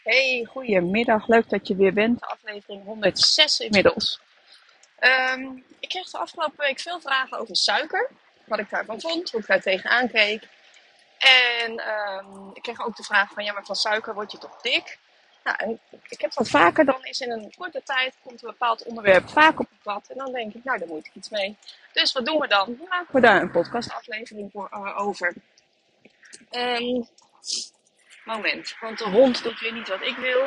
Hey, goedemiddag. Leuk dat je weer bent. Aflevering 106 inmiddels. Ik kreeg de afgelopen week veel vragen over suiker. Wat ik daarvan vond, hoe ik daar tegenaan keek. En ik kreeg ook de vraag van, ja, maar van suiker word je toch dik? Nou, en ik heb dat vaker, dan is in een korte tijd komt een bepaald onderwerp vaak op het pad. En dan denk ik, nou, daar moet ik iets mee. Dus wat doen we dan? Maken we daar een podcastaflevering voor over. Ehm, Moment, want de hond doet weer niet wat ik wil.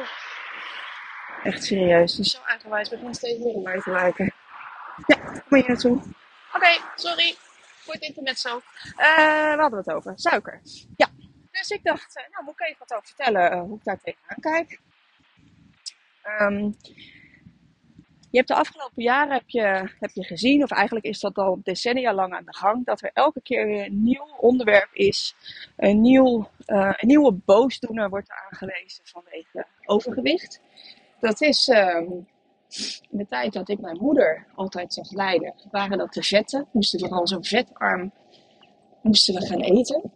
Echt serieus. Die is zo eigenwijs. Begint steeds meer op mij te lijken. Ja, kom maar hier naartoe. Oké, sorry. Voor het internet zo. We hadden het over suiker. Ja, dus ik dacht, nou moet ik even wat over vertellen hoe ik daar tegenaan kijk. Ehm, Je hebt de afgelopen jaren heb je gezien, of eigenlijk is dat al decennia lang aan de gang, dat er elke keer weer een nieuw onderwerp is. Een nieuwe boosdoener wordt er aangewezen vanwege overgewicht. Dat is in de tijd dat ik mijn moeder altijd zag lijden, waren dat de vetten. Moesten we vooral zo vetarm moesten we gaan eten.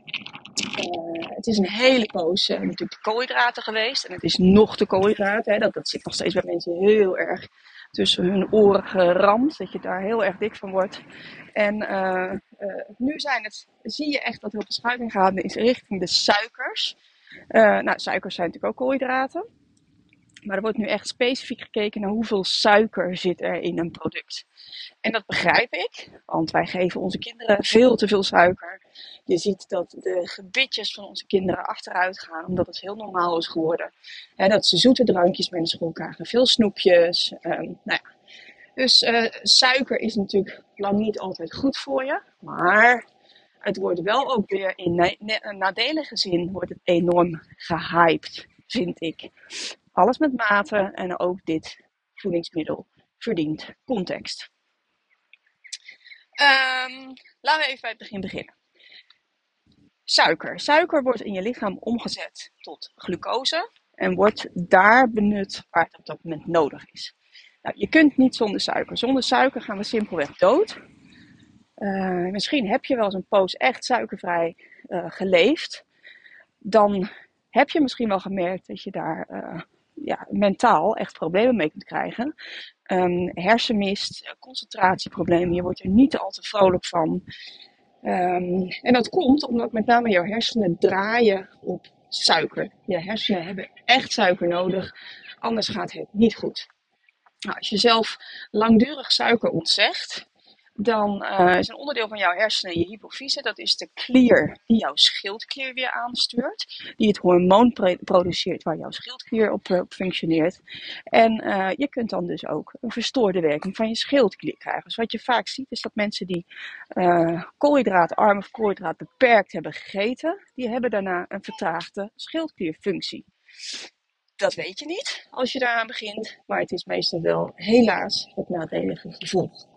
Het is een hele poos natuurlijk de koolhydraten geweest. En het is nog de koolhydraten. Hè. Dat zit nog steeds bij mensen heel erg tussen hun oren geramd. Dat je daar heel erg dik van wordt. En nu zie je echt dat er een verschuiving gaande is richting de suikers. Suikers zijn natuurlijk ook koolhydraten. Maar er wordt nu echt specifiek gekeken naar hoeveel suiker zit er in een product. En dat begrijp ik, want wij geven onze kinderen veel te veel suiker. Je ziet dat de gebitjes van onze kinderen achteruit gaan, omdat het heel normaal is geworden. Dat ze zoete drankjes bij de school krijgen, veel snoepjes. Dus suiker is natuurlijk lang niet altijd goed voor je. Maar het wordt wel ook weer in nadelige zin wordt het enorm gehyped, vind ik. Alles met mate en ook dit voedingsmiddel verdient context. Laten we even bij het begin beginnen. Suiker. Suiker wordt in je lichaam omgezet tot glucose en wordt daar benut waar het op dat moment nodig is. Nou, je kunt niet zonder suiker. Zonder suiker gaan we simpelweg dood. Misschien heb je wel eens een poos echt suikervrij geleefd. Dan heb je misschien wel gemerkt dat je daar mentaal echt problemen mee kunt krijgen. Hersenmist, concentratieproblemen, je wordt er niet al te vrolijk van. En dat komt omdat met name jouw hersenen draaien op suiker. Je hersenen hebben echt suiker nodig, anders gaat het niet goed. Nou, als je zelf langdurig suiker ontzegt, dan is een onderdeel van jouw hersenen je hypofyse. Dat is de klier die jouw schildklier weer aanstuurt. Die het hormoon produceert waar jouw schildklier op functioneert. En je kunt dan dus ook een verstoorde werking van je schildklier krijgen. Dus wat je vaak ziet is dat mensen die koolhydraatarm of koolhydraatbeperkt hebben gegeten, die hebben daarna een vertraagde schildklierfunctie. Dat weet je niet als je daaraan begint, maar het is meestal wel helaas het nadelige gevolg.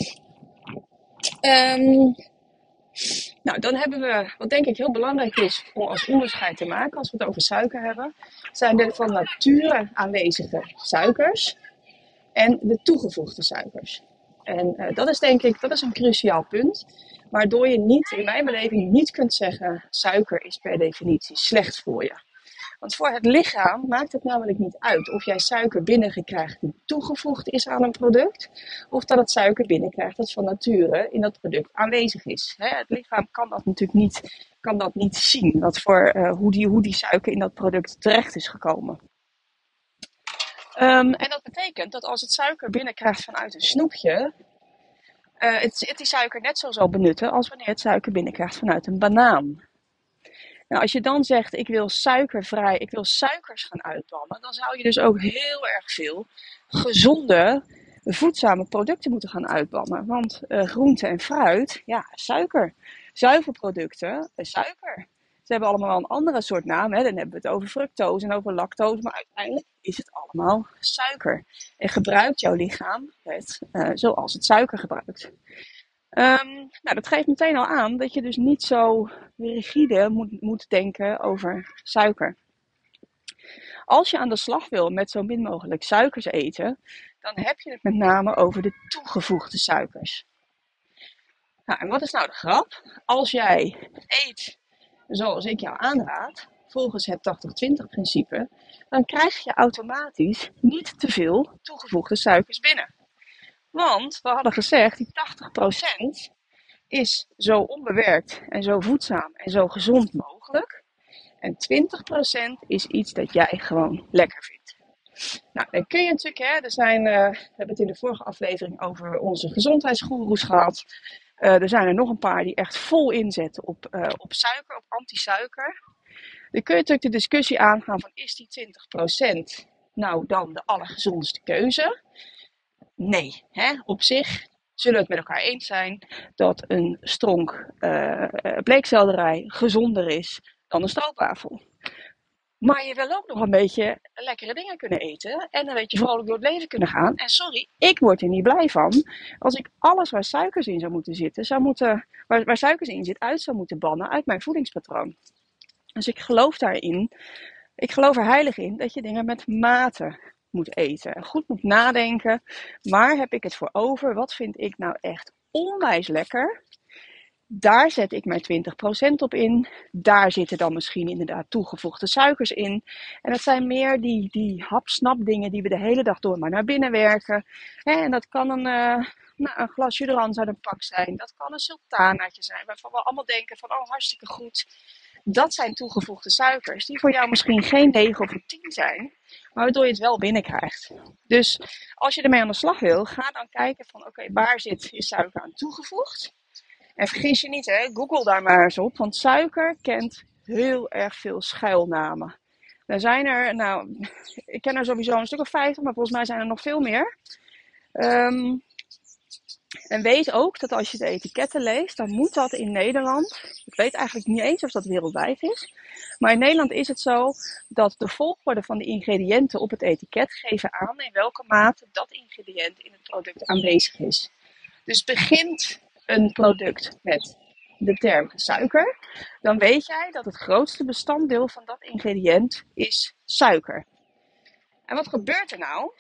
Dan hebben we, wat denk ik heel belangrijk is om als onderscheid te maken als we het over suiker hebben, zijn de van nature aanwezige suikers en de toegevoegde suikers. En dat is denk ik, dat is een cruciaal punt, waardoor je niet, in mijn beleving, niet kunt zeggen suiker is per definitie slecht voor je. Want voor het lichaam maakt het namelijk niet uit of jij suiker binnenkrijgt die toegevoegd is aan een product, of dat het suiker binnenkrijgt dat van nature in dat product aanwezig is. Het lichaam kan dat natuurlijk niet zien, hoe die suiker in dat product terecht is gekomen. En dat betekent dat als het suiker binnenkrijgt vanuit een snoepje, het die suiker net zo zal benutten als wanneer het suiker binnenkrijgt vanuit een banaan. Nou, als je dan zegt, ik wil suikervrij, ik wil suikers gaan uitbannen, dan zou je dus ook heel erg veel gezonde, voedzame producten moeten gaan uitbannen. Want groente en fruit, ja, suiker. Zuivelproducten, suiker. Ze hebben allemaal wel een andere soort naam. Dan hebben we het over fructose en over lactose, maar uiteindelijk is het allemaal suiker. En gebruikt jouw lichaam het zoals het suiker gebruikt. Dat geeft meteen al aan dat je dus niet zo rigide moet denken over suiker. Als je aan de slag wil met zo min mogelijk suikers eten, dan heb je het met name over de toegevoegde suikers. Nou, en wat is nou de grap? Als jij eet zoals ik jou aanraad, volgens het 80-20 principe, dan krijg je automatisch niet te veel toegevoegde suikers binnen. Want we hadden gezegd, die 80% is zo onbewerkt en zo voedzaam en zo gezond mogelijk. En 20% is iets dat jij gewoon lekker vindt. Nou, dan kun je natuurlijk, hè, we hebben het in de vorige aflevering over onze gezondheidsgoeroes gehad. Er zijn er nog een paar die echt vol inzetten op suiker, op anti-suiker. Dan kun je natuurlijk de discussie aangaan van, is die 20% nou dan de allergezondste keuze? Nee, hè? Op zich zullen we het met elkaar eens zijn dat een stronk bleekselderij gezonder is dan een stroopwafel. Maar je wil ook nog een beetje lekkere dingen kunnen eten en een beetje vrolijk door het leven kunnen gaan. En sorry, ik word er niet blij van als ik alles waar suikers in zou moeten zitten, waar suikers in zit, uit zou moeten bannen uit mijn voedingspatroon. Dus ik geloof daarin, ik geloof er heilig in dat je dingen met mate moet eten. En goed moet nadenken, waar heb ik het voor over? Wat vind ik nou echt onwijs lekker? Daar zet ik mijn 20% op in. Daar zitten dan misschien inderdaad toegevoegde suikers in. En dat zijn meer die hap-snap dingen die we de hele dag door maar naar binnen werken. En dat kan een glas jus d'orange uit een pak zijn. Dat kan een sultanaatje zijn, waarvan we allemaal denken van, oh, hartstikke goed. Dat zijn toegevoegde suikers die voor jou misschien geen 9 of een 10 zijn, maar waardoor je het wel binnenkrijgt. Dus als je ermee aan de slag wil, ga dan kijken van, oké, waar zit je suiker aan toegevoegd? En vergis je niet, hè, Google daar maar eens op, want suiker kent heel erg veel schuilnamen. Er zijn er, nou, ik ken er sowieso een stuk of 50, maar volgens mij zijn er nog veel meer. En weet ook dat als je de etiketten leest, dan moet dat in Nederland, ik weet eigenlijk niet eens of dat wereldwijd is, maar in Nederland is het zo dat de volgorde van de ingrediënten op het etiket geven aan in welke mate dat ingrediënt in het product aanwezig is. Dus begint een product met de term suiker, dan weet jij dat het grootste bestanddeel van dat ingrediënt is suiker. En wat gebeurt er nou?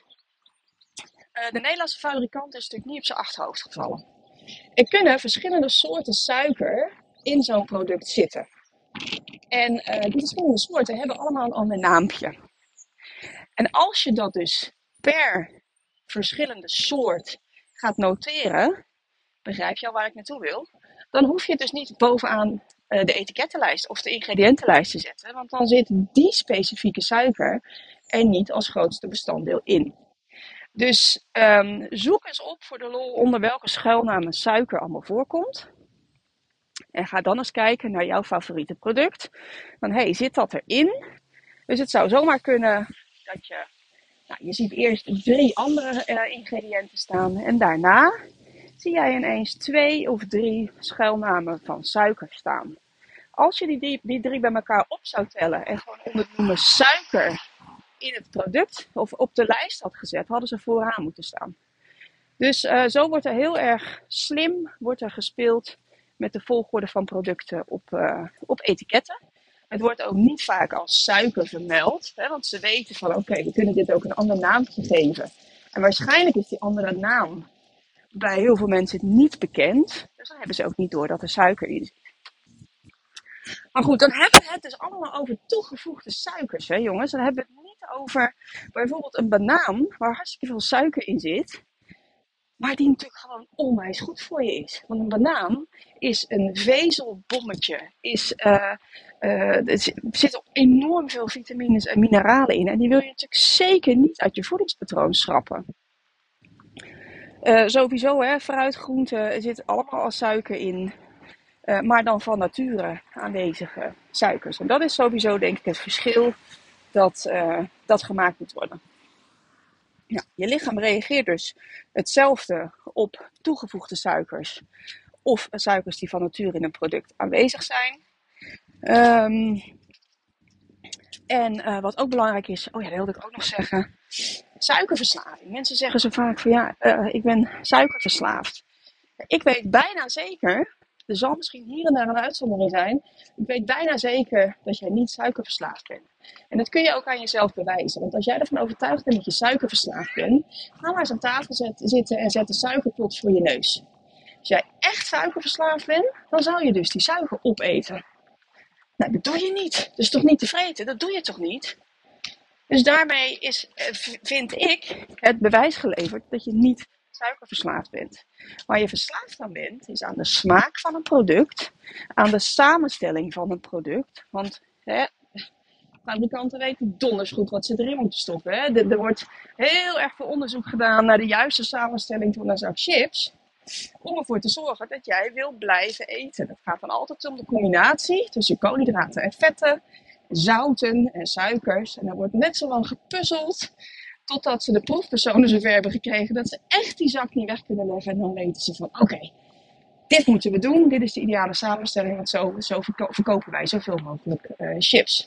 De Nederlandse fabrikant is natuurlijk niet op zijn achterhoofd gevallen. Er kunnen verschillende soorten suiker in zo'n product zitten. En die verschillende soorten hebben allemaal een ander naampje. En als je dat dus per verschillende soort gaat noteren, begrijp je al waar ik naartoe wil, dan hoef je het dus niet bovenaan de etikettenlijst of de ingrediëntenlijst te zetten, want dan zit die specifieke suiker er niet als grootste bestanddeel in. Dus zoek eens op voor de lol onder welke schuilnamen suiker allemaal voorkomt. En ga dan eens kijken naar jouw favoriete product. Van zit dat erin? Dus het zou zomaar kunnen dat je ziet eerst 3 andere ingrediënten staan. En daarna zie jij ineens 2 of 3 schuilnamen van suiker staan. Als je die 3 bij elkaar op zou tellen en gewoon onder het noemen suiker in het product of op de lijst had gezet, hadden ze vooraan moeten staan. Dus zo wordt er heel erg slim gespeeld met de volgorde van producten op etiketten. Het wordt ook niet vaak als suiker vermeld, want ze weten van oké, we kunnen dit ook een ander naamje geven. En waarschijnlijk is die andere naam bij heel veel mensen niet bekend. Dus dan hebben ze ook niet door dat er suiker in zit. Maar goed, dan hebben we het dus allemaal over toegevoegde suikers, hè jongens. Dan hebben we het niet over bijvoorbeeld een banaan waar hartstikke veel suiker in zit. Maar die natuurlijk gewoon onwijs goed voor je is. Want een banaan is een vezelbommetje. Er zitten enorm veel vitamines en mineralen in. En die wil je natuurlijk zeker niet uit je voedingspatroon schrappen. Sowieso, fruit, groenten, er zit allemaal al suiker in. Maar dan van nature aanwezige suikers. En dat is sowieso denk ik het verschil dat gemaakt moet worden. Ja, je lichaam reageert dus hetzelfde op toegevoegde suikers of suikers die van nature in een product aanwezig zijn. Wat ook belangrijk is, dat wilde ik ook nog zeggen, suikerverslaving. Mensen zeggen zo vaak van ik ben suikerverslaafd. Ik weet bijna zeker, er zal misschien hier en daar een uitzondering zijn, ik weet bijna zeker dat jij niet suikerverslaafd bent. En dat kun je ook aan jezelf bewijzen. Want als jij ervan overtuigd bent dat je suikerverslaafd bent, ga maar eens aan tafel zitten en zet de suikerpot voor je neus. Als jij echt suikerverslaafd bent, dan zou je dus die suiker opeten. Nou, dat doe je niet. Dat is toch niet te vreten? Dat doe je toch niet? Dus daarmee is, vind ik, het bewijs geleverd dat je niet suikerverslaafd bent. Waar je verslaafd aan bent, is aan de smaak van een product, aan de samenstelling van een product. Want fabrikanten weten donders goed wat ze erin moeten stoppen. Hè? Er wordt heel erg veel onderzoek gedaan naar de juiste samenstelling van een zak chips. Om ervoor te zorgen dat jij wil blijven eten. Het gaat dan altijd om de combinatie tussen koolhydraten en vetten, zouten en suikers. En daar wordt net zo lang gepuzzeld totdat ze de proefpersonen zover hebben gekregen dat ze echt die zak niet weg kunnen leggen. En dan weten ze van oké, dit moeten we doen. Dit is de ideale samenstelling, want zo verkopen wij zoveel mogelijk chips.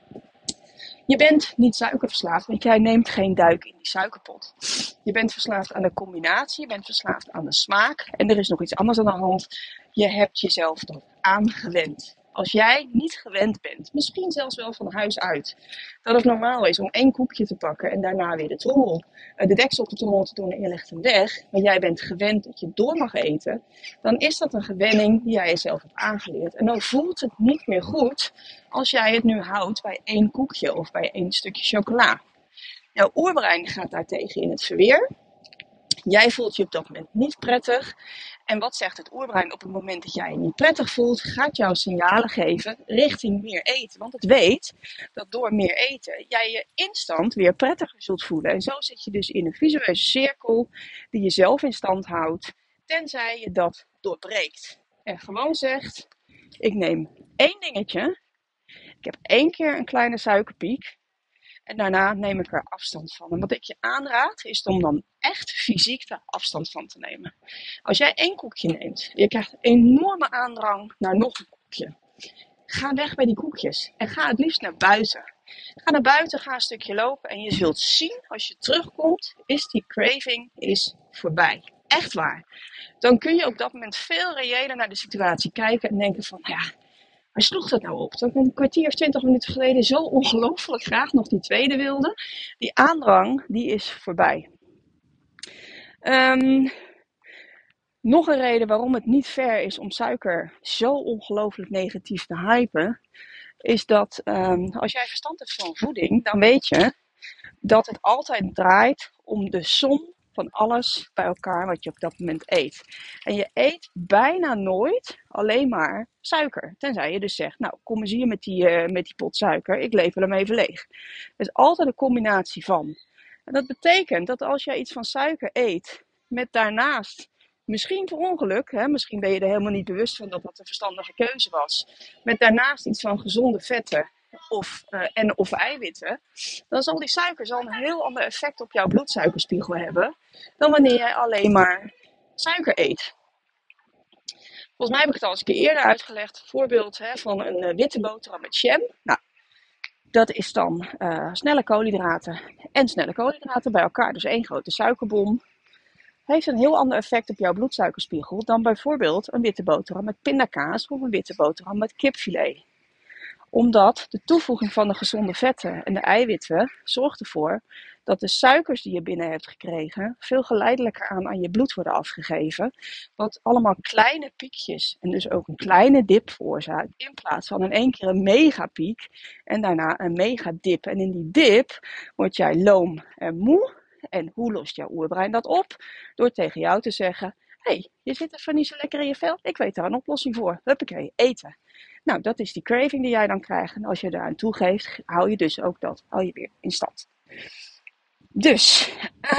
Je bent niet suikerverslaafd, want jij neemt geen duik in die suikerpot. Je bent verslaafd aan de combinatie, je bent verslaafd aan de smaak. En er is nog iets anders aan de hand. Je hebt jezelf erop aangewend. Als jij niet gewend bent, misschien zelfs wel van huis uit, dat het normaal is om 1 koekje te pakken en daarna weer de deksel op de trommel te doen en je legt hem weg, maar jij bent gewend dat je door mag eten, dan is dat een gewenning die jij jezelf hebt aangeleerd. En dan voelt het niet meer goed als jij het nu houdt bij 1 koekje of bij 1 stukje chocola. Jouw oerbrein gaat daartegen in het verweer. Jij voelt je op dat moment niet prettig. En wat zegt het oerbrein op het moment dat jij je niet prettig voelt? Gaat jou signalen geven richting meer eten. Want het weet dat door meer eten jij je instant weer prettiger zult voelen. En zo zit je dus in een visueuze cirkel die je zelf in stand houdt. Tenzij je dat doorbreekt. En gewoon zegt, ik neem 1 dingetje. Ik heb 1 keer een kleine suikerpiek. En daarna neem ik er afstand van. En wat ik je aanraad is om dan echt fysiek daar afstand van te nemen. Als jij 1 koekje neemt, je krijgt een enorme aandrang naar nog een koekje. Ga weg bij die koekjes en ga het liefst naar buiten. Ga naar buiten, ga een stukje lopen en je zult zien als je terugkomt, is die craving voorbij. Echt waar. Dan kun je op dat moment veel reëler naar de situatie kijken en denken van, ja, waar sloeg dat nou op? Dat ik een kwartier of 20 minuten geleden zo ongelooflijk graag nog die tweede wilde. Die aandrang, die is voorbij. Nog een reden waarom het niet fair is om suiker zo ongelooflijk negatief te hypen, is dat als jij verstand hebt van voeding, dan weet je dat het altijd draait om de som van alles bij elkaar wat je op dat moment eet. En je eet bijna nooit alleen maar suiker. Tenzij je dus zegt, nou kom eens hier met die pot suiker, ik lever hem even leeg. Het is altijd een combinatie van. En dat betekent dat als jij iets van suiker eet, met daarnaast, misschien per ongeluk, misschien ben je er helemaal niet bewust van dat dat een verstandige keuze was, met daarnaast iets van gezonde vetten, of eiwitten, dan zal die suiker een heel ander effect op jouw bloedsuikerspiegel hebben dan wanneer jij alleen maar suiker eet. Volgens mij heb ik het al eens een keer eerder uitgelegd. Voorbeeld van een witte boterham met jam. Nou, dat is dan snelle koolhydraten en snelle koolhydraten bij elkaar. Dus 1 grote suikerbom. Heeft een heel ander effect op jouw bloedsuikerspiegel dan bijvoorbeeld een witte boterham met pindakaas of een witte boterham met kipfilet. Omdat de toevoeging van de gezonde vetten en de eiwitten zorgt ervoor dat de suikers die je binnen hebt gekregen veel geleidelijker aan je bloed worden afgegeven. Wat allemaal kleine piekjes en dus ook een kleine dip veroorzaakt. In plaats van in 1 keer een megapiek en daarna een megadip. En in die dip word jij loom en moe. En hoe lost jouw oerbrein dat op? Door tegen jou te zeggen, hey, je zit even niet zo lekker in je vel. Ik weet daar een oplossing voor. Huppakee, eten. Nou, dat is die craving die jij dan krijgt. En als je daaraan toegeeft, hou je dus ook dat weer in stand. Dus,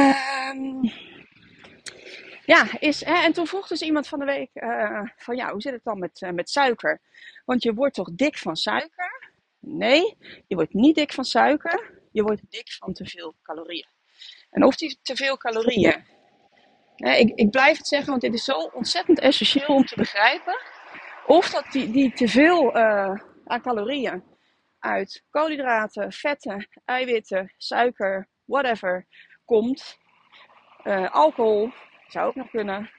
en toen vroeg dus iemand van de week van ja, hoe zit het dan met suiker? Want je wordt toch dik van suiker? Nee, je wordt niet dik van suiker. Je wordt dik van te veel calorieën. En of die te veel calorieën, ik blijf het zeggen, want dit is zo ontzettend essentieel om te begrijpen. Of dat die te veel aan calorieën uit koolhydraten, vetten, eiwitten, suiker, whatever, komt. Alcohol, zou ook nog kunnen.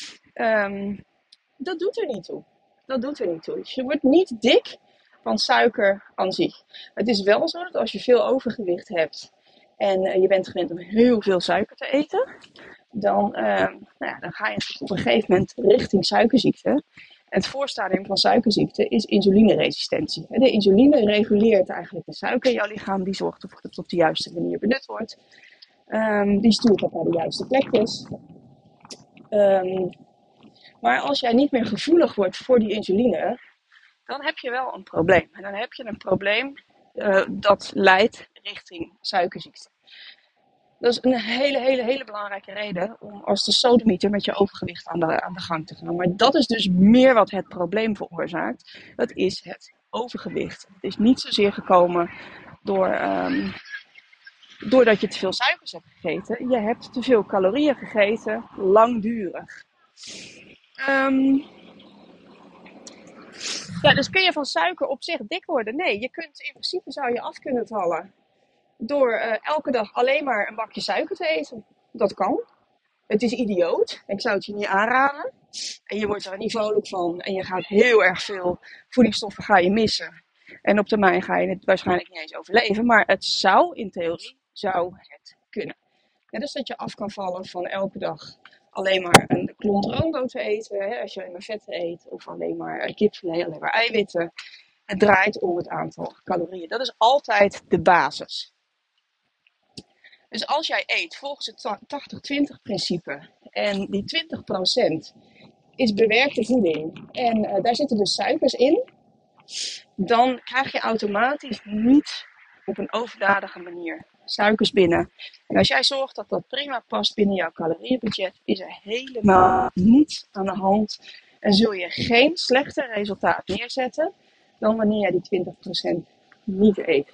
Dat doet er niet toe. Dat doet er niet toe. Dus je wordt niet dik van suiker aan zich. Het is wel zo dat als je veel overgewicht hebt en je bent gewend om heel veel suiker te eten, dan ga je op een gegeven moment richting suikerziekte. Het voorstadium van suikerziekte is insulineresistentie. De insuline reguleert eigenlijk de suiker in jouw lichaam. Die zorgt ervoor dat het op de juiste manier benut wordt. Die stuurt dat naar de juiste plekjes. Maar als jij niet meer gevoelig wordt voor die insuline, dan heb je wel een probleem. En dan heb je een probleem dat leidt richting suikerziekte. Dat is een hele belangrijke reden om als de sodemieter met je overgewicht aan de gang te gaan. Maar dat is dus meer wat het probleem veroorzaakt. Dat is het overgewicht. Het is niet zozeer gekomen doordat je te veel suikers hebt gegeten. Je hebt te veel calorieën gegeten, langdurig. Dus kun je van suiker op zich dik worden? Nee, in principe zou je af kunnen vallen door elke dag alleen maar een bakje suiker te eten. Dat kan. Het is idioot. Ik zou het je niet aanraden. En je wordt er niet vrolijk van. En je gaat heel erg veel voedingsstoffen missen. En op termijn ga je het waarschijnlijk niet eens overleven. Maar het zou, in theorie, het kunnen. Dus dat je af kan vallen van elke dag alleen maar een klont roomboot te eten. Als je alleen maar vetten eet. Of alleen maar kipfilet, alleen maar eiwitten. Het draait om het aantal calorieën. Dat is altijd de basis. Dus als jij eet volgens het 80-20 principe en die 20% is bewerkte voeding en daar zitten dus suikers in, dan krijg je automatisch niet op een overdadige manier suikers binnen. En als jij zorgt dat dat prima past binnen jouw calorieënbudget, is er helemaal niets aan de hand en zul je geen slechter resultaat neerzetten dan wanneer jij die 20% niet eet.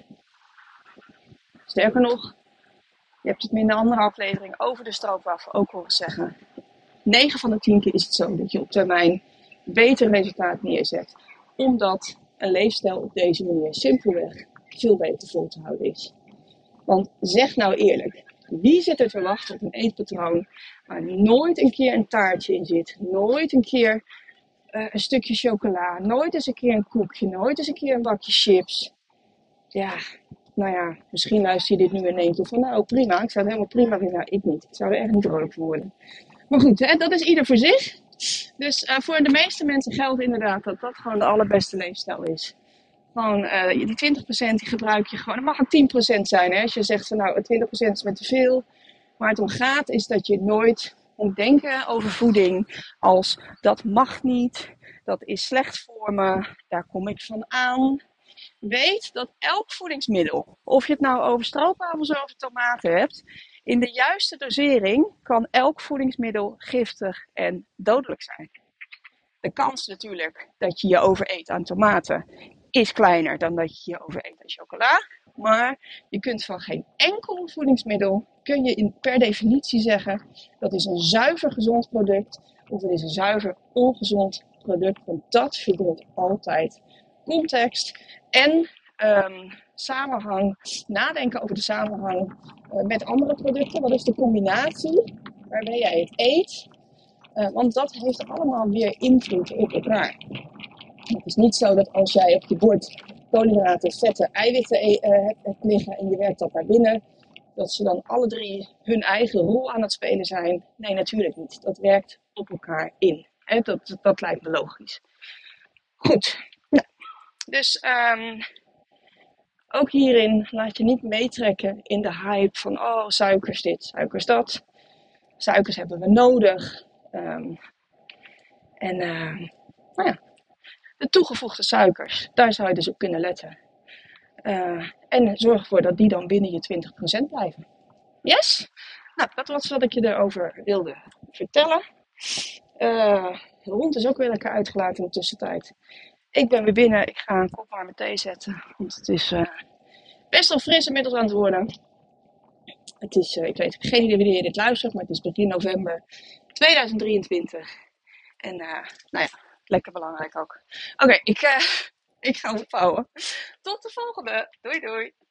Sterker nog, je hebt het me in de andere aflevering over de stroopwafel ook horen zeggen. 9 van de 10 keer is het zo dat je op termijn beter resultaat neerzet. Omdat een leefstijl op deze manier simpelweg veel beter vol te houden is. Want zeg nou eerlijk, wie zit er te wachten op een eetpatroon waar nooit een keer een taartje in zit, nooit een keer een stukje chocola, nooit eens een keer een koekje, nooit eens een keer een bakje chips. Ja, nou ja, misschien luister je dit nu en denk je van nou prima, ik zou het helemaal prima vinden. Nou, ik niet. Ik zou er echt niet vrolijk voor worden. Maar goed, dat is ieder voor zich. Dus voor de meeste mensen geldt inderdaad dat dat gewoon de allerbeste leefstijl is. Gewoon die 20% die gebruik je gewoon. Het mag ook 10% zijn. Hè? Als je zegt van nou 20% is met te veel. Waar het om gaat is dat je nooit moet denken over voeding als dat mag niet. Dat is slecht voor me. Daar kom ik van aan. Weet dat elk voedingsmiddel, of je het nou over stroopwafels of over tomaten hebt, in de juiste dosering kan elk voedingsmiddel giftig en dodelijk zijn. De kans natuurlijk dat je je overeet aan tomaten is kleiner dan dat je je overeet aan chocola. Maar je kunt van geen enkel voedingsmiddel, kun je per definitie zeggen, dat is een zuiver gezond product of het is een zuiver ongezond product. Want dat verdient altijd context en samenhang, nadenken over de samenhang met andere producten. Wat is de combinatie waarbij jij het eet? Want dat heeft allemaal weer invloed op elkaar. Het is niet zo dat als jij op je bord koolhydraten, vetten, eiwitten hebt liggen en je werkt dat naar binnen, dat ze dan alle drie hun eigen rol aan het spelen zijn. Nee, natuurlijk niet. Dat werkt op elkaar in. Dat lijkt me logisch. Goed. Nou, dus ook hierin laat je niet meetrekken in de hype van suikers dit, suikers dat. Suikers hebben we nodig. De toegevoegde suikers, daar zou je dus op kunnen letten. En zorg ervoor dat die dan binnen je 20% blijven. Yes? Nou, dat was wat ik je erover wilde vertellen. De hond is ook weer lekker uitgelaten in de tussentijd. Ik ben weer binnen. Ik ga een kop warme thee zetten. Want het is best wel fris inmiddels aan het worden. Het is, ik heb geen idee wanneer je dit luistert, maar het is begin november 2023. En lekker belangrijk ook. Oké, ik ga opvouwen. Tot de volgende. Doei doei.